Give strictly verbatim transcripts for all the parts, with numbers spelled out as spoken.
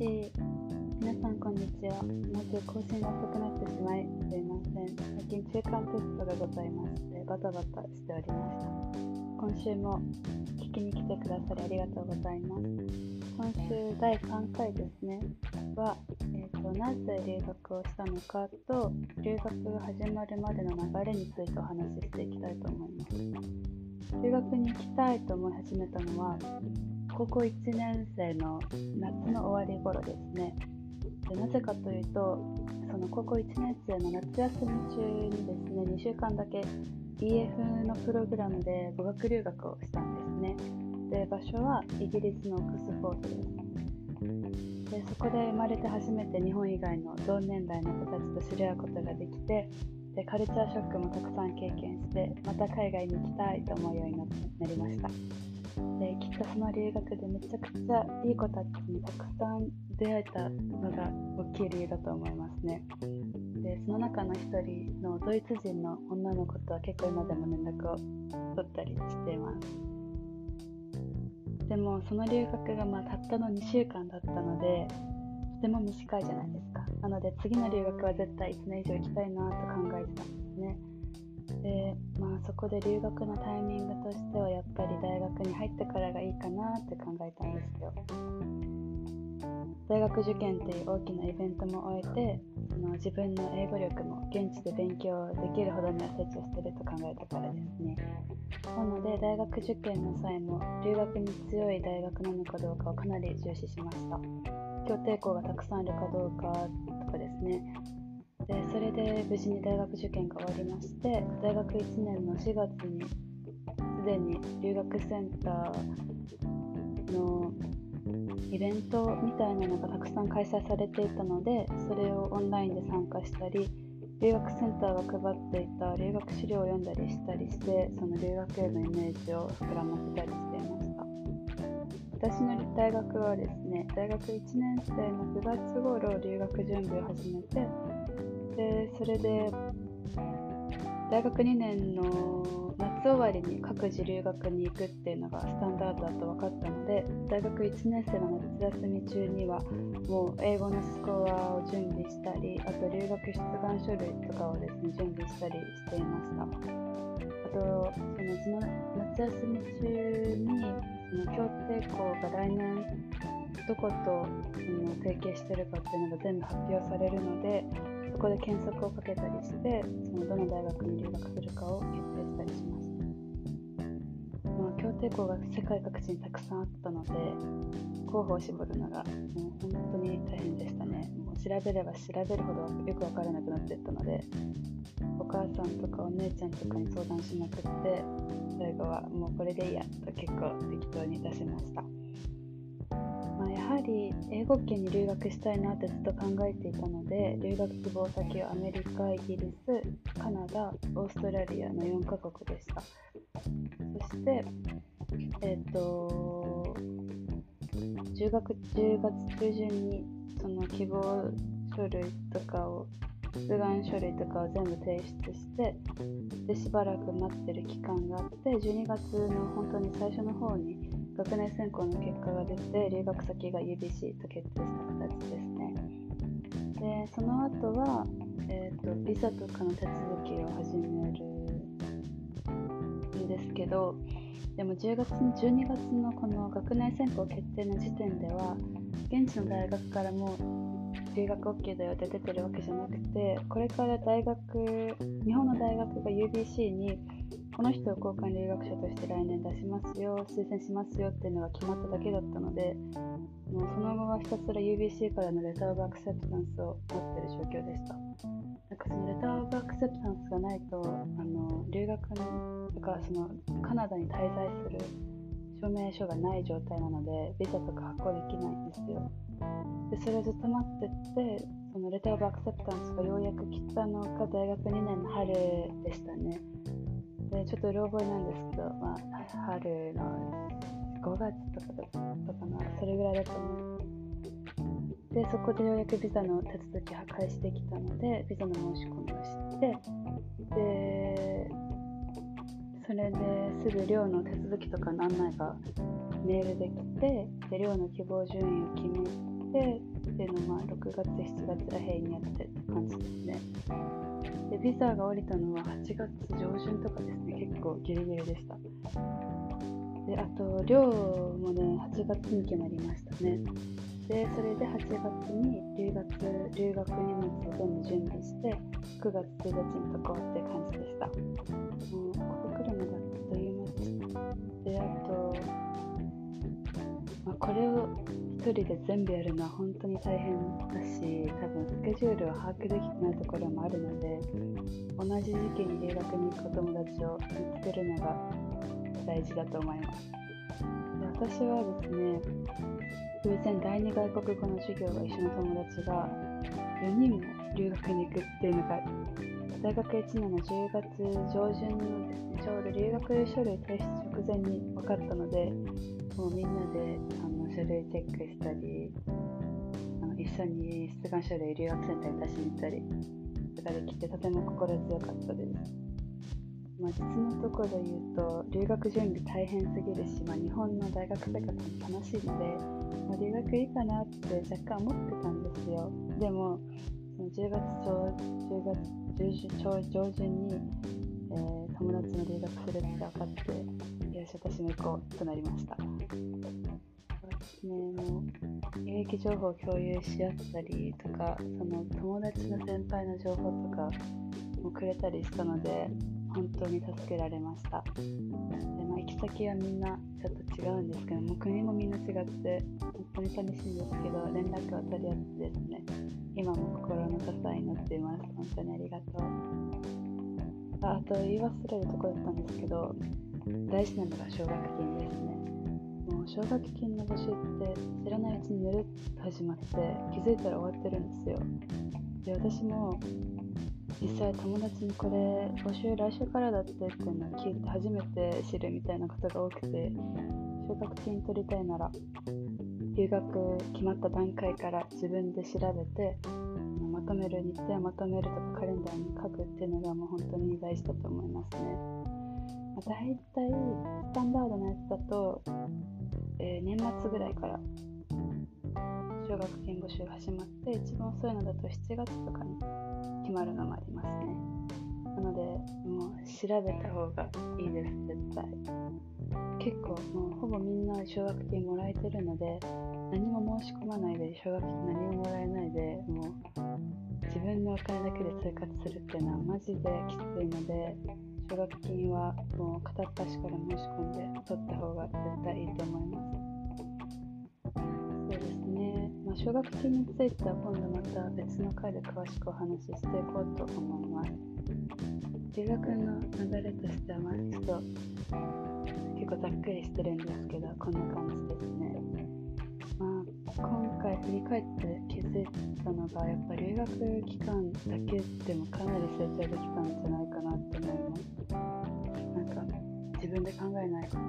し、皆さんこんにちは。まず更新が遅くなってしまいすいません。最近中間テストがございましてバタバタしておりました。今週も聞きに来てくださりありがとうございます。今週だいさんかいですねは、えー、となぜ留学をしたのかと留学が始まるまでの流れについてお話ししていきたいと思います。留学に行きたいと思い始めたのは高校いちねん生の夏の終わり頃ですね。でなぜかというと、その高校いちねん生の夏休み中にですね、にしゅうかんだけ イーエフ のプログラムで語学留学をしたんですね。で、場所はイギリスのオックスフォードです。で、そこで生まれて初めて日本以外の同年代の子たちと知り合うことができて、でカルチャーショックもたくさん経験して、また海外に行きたいと思うようになりました。できっとその留学でめちゃくちゃいい子たちにたくさん出会えたのが大きい理由だと思いますね。でその中の一人のドイツ人の女の子とは結構今でも連絡を取ったりしています。でもその留学がまあたったのにしゅうかんだったので、とても短いじゃないですか。なので次の留学は絶対いちねん以上行きたいなと考えてたんですね。で、まあ、そこで留学のタイミングとしてはやっぱり大学に入ってからがいいかなって考えたんですよ。大学受験という大きなイベントも終えて、その自分の英語力も現地で勉強できるほどには成長していると考えたからですね。なので大学受験の際も留学に強い大学なのかどうかをかなり重視しました。協定校がたくさんあるかどうかとかですね。でそれで無事に大学受験が終わりまして、大学いちねんのしがつにすでに留学センターのイベントみたいなのがたくさん開催されていたので、それをオンラインで参加したり、留学センターが配っていた留学資料を読んだりしたりして、その留学へのイメージを膨らませたりしていました。私の大学はですね、大学いちねん生のくがつ頃留学準備を始めて、でそれで大学にねんの夏終わりに各自留学に行くっていうのがスタンダードだと分かったので、大学いちねん生の夏休み中にはもう英語のスコアを準備したり、あと留学出願書類とかをですね準備したりしていました。あとその夏休み中にその協定校が来年どことその提携してるかっていうのが全部発表されるので、そこで検索をかけたりして、そのどの大学に留学するかを決定したりしました。まあ、協定校が世界各地にたくさんあったので、候補を絞るのがもう本当に大変でしたね。もう調べれば調べるほどよく分からなくなっていったので、お母さんとかお姉ちゃんとかに相談しまくって、最後はもうこれでいいやと結構適当に出しました。まあ、やはり英語圏に留学したいなってずっと考えていたので、留学希望先はアメリカ、イギリス、カナダ、オーストラリアのよんかこくでした。そして、えっと、10月、じゅうがつ中旬にその希望書類とかを、出願書類とかを全部提出して、でしばらく待ってる期間があって、じゅうにがつの本当に最初の方に学年選考の結果が出て、留学先が ユービーシー と決定した形ですね。で、その後は、えーと、ビザとかの手続きを始めるんですけど、でもじゅうがつのじゅうにがつのこの学年選考決定の時点では、現地の大学からも留学 OK だよって出てるわけじゃなくて、これから大学、日本の大学が ユービーシー にこの人を交換留学者として来年出しますよ、推薦しますよっていうのが決まっただけだったので、もうその後はひたすら ユービーシー からのレターオブアクセプタンスを待ってる状況でした。なんかそのレターオブアクセプタンスがないと、あの留学とかそのカナダに滞在する証明書がない状態なので、ビザとか発行できないんですよ。でそれをずっと待ってって、そのレターオブアクセプタンスがようやく来たのが大学にねんの春でしたね。でちょっとうろ覚えなんですけど、まあ、春のごがつとかだったかな、それぐらいだと思う。でそこでようやくビザの手続きが開始できたので、ビザの申し込みをして、でそれですぐ寮の手続きとかの案内がメールで来て、で寮の希望順位を決めて、 っていうのはまあろくがつしちがつらへんにやってって感じですね。でビザが降りたのははちがつ上旬とかですね。結構ギリギリでした。であと寮もねはちがつに決まりましたね。でそれではちがつに留学留学荷物を全部準備してくがつついたちに渡航って感じでした。もうここ来るのがあっという間でした。であと、まあ、これを一人で全部やるのは本当に大変だし、多分スケジュールを把握できてないところもあるので、同じ時期に留学に行くお友達を見つけるのが大事だと思います。で私はですね、偶然第二外国語の授業が一緒の友達がよにんも留学に行くっていうのが大学いちねんのじゅうがつ上旬のですね、ちょうど留学書類提出直前に分かったので、もうみんなであの書類チェックしたり、あの一緒に出願書類留学センターに出しに行ったりとかできて、とても心強かったです。まあ、実のところで言うと留学準備大変すぎるし、まあ、日本の大学生活も楽しいので、まあ、留学いいかなって若干思ってたんですよ。でもそのじゅうがつ上じゅうがつ上旬に、えー、友達の留学するって分かって、よし私も行こうとなりました。そうですね、もう有益情報を共有し合ったりとか、その友達の先輩の情報とかもくれたりしたので本当に助けられました。で、まあ、行き先はみんなちょっと違うんですけども、国もみんな違って本当に寂しいんですけど、連絡を取り合ってですね、今も心の支えになっています。本当にありがとう。あ、あと言い忘れるところだったんですけど、大事なのが奨学金ですね。もう奨学金の募集って知らないうちにぬるっと始まって気づいたら終わってるんですよ。で、私も実際友達にこれ募集来週からだってっていうのを聞いて初めて知るみたいなことが多くて、奨学金取りたいなら留学決まった段階から自分で調べてまとめる、日程をまとめるとかカレンダーに書くっていうのがもう本当に大事だと思いますね。まあ、大体スタンダードなやつだと、えー、年末ぐらいから奨学金募集が始まって、一番遅いのだとしちがつとかに決まるのもありますね。なのでもう調べた方がいいです。絶対結構もうほぼみんな奨学金もらえてるので、何も申し込まないで奨学金何ももらえないで、もう自分のお金だけで生活するっていうのはマジできついので、奨学金はもう片っ端から申し込んで取った方が絶対いいと思います。そうですね、まあ、奨学金については今度また別の回で詳しくお話ししていこうと思います。留学の流れとしては、まあ、ちょっと結構ざっくりしてるんですけど、こんな感じですね。まあ、今回振り返って気づいたのが、やっぱ留学期間だけでもかなり成長できたんじゃないかなって思います。なんか自分で考えないこと、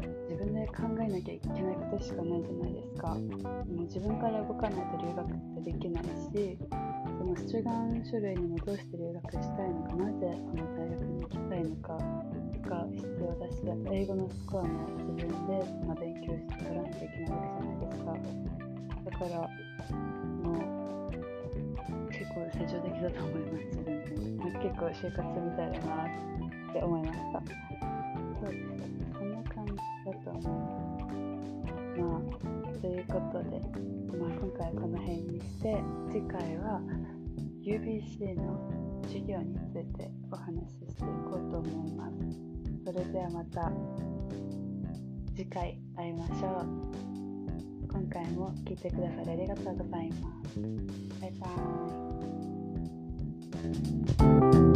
自分で考えなきゃいけないことしかないじゃないですか。もう自分から動かないと留学ってできないし、その出願書類にもどうして留学したいのか、なぜその大学に行きたいのかが必要だし、あと英語のスコアも自分で、まあ、勉強して取らなきゃいけないわけじゃないですか。だからもう結構成長できたと思います。自分でなんか結構就活みたいだなって思いました。そうですね、そんな感じだと思います。まあということで、まあ、今回はこの辺にして、次回は ユービーシー の授業についてお話ししていこうと思います。それではまた次回会いましょう。今回も聞いてくださりありがとうございます。バイバーイ。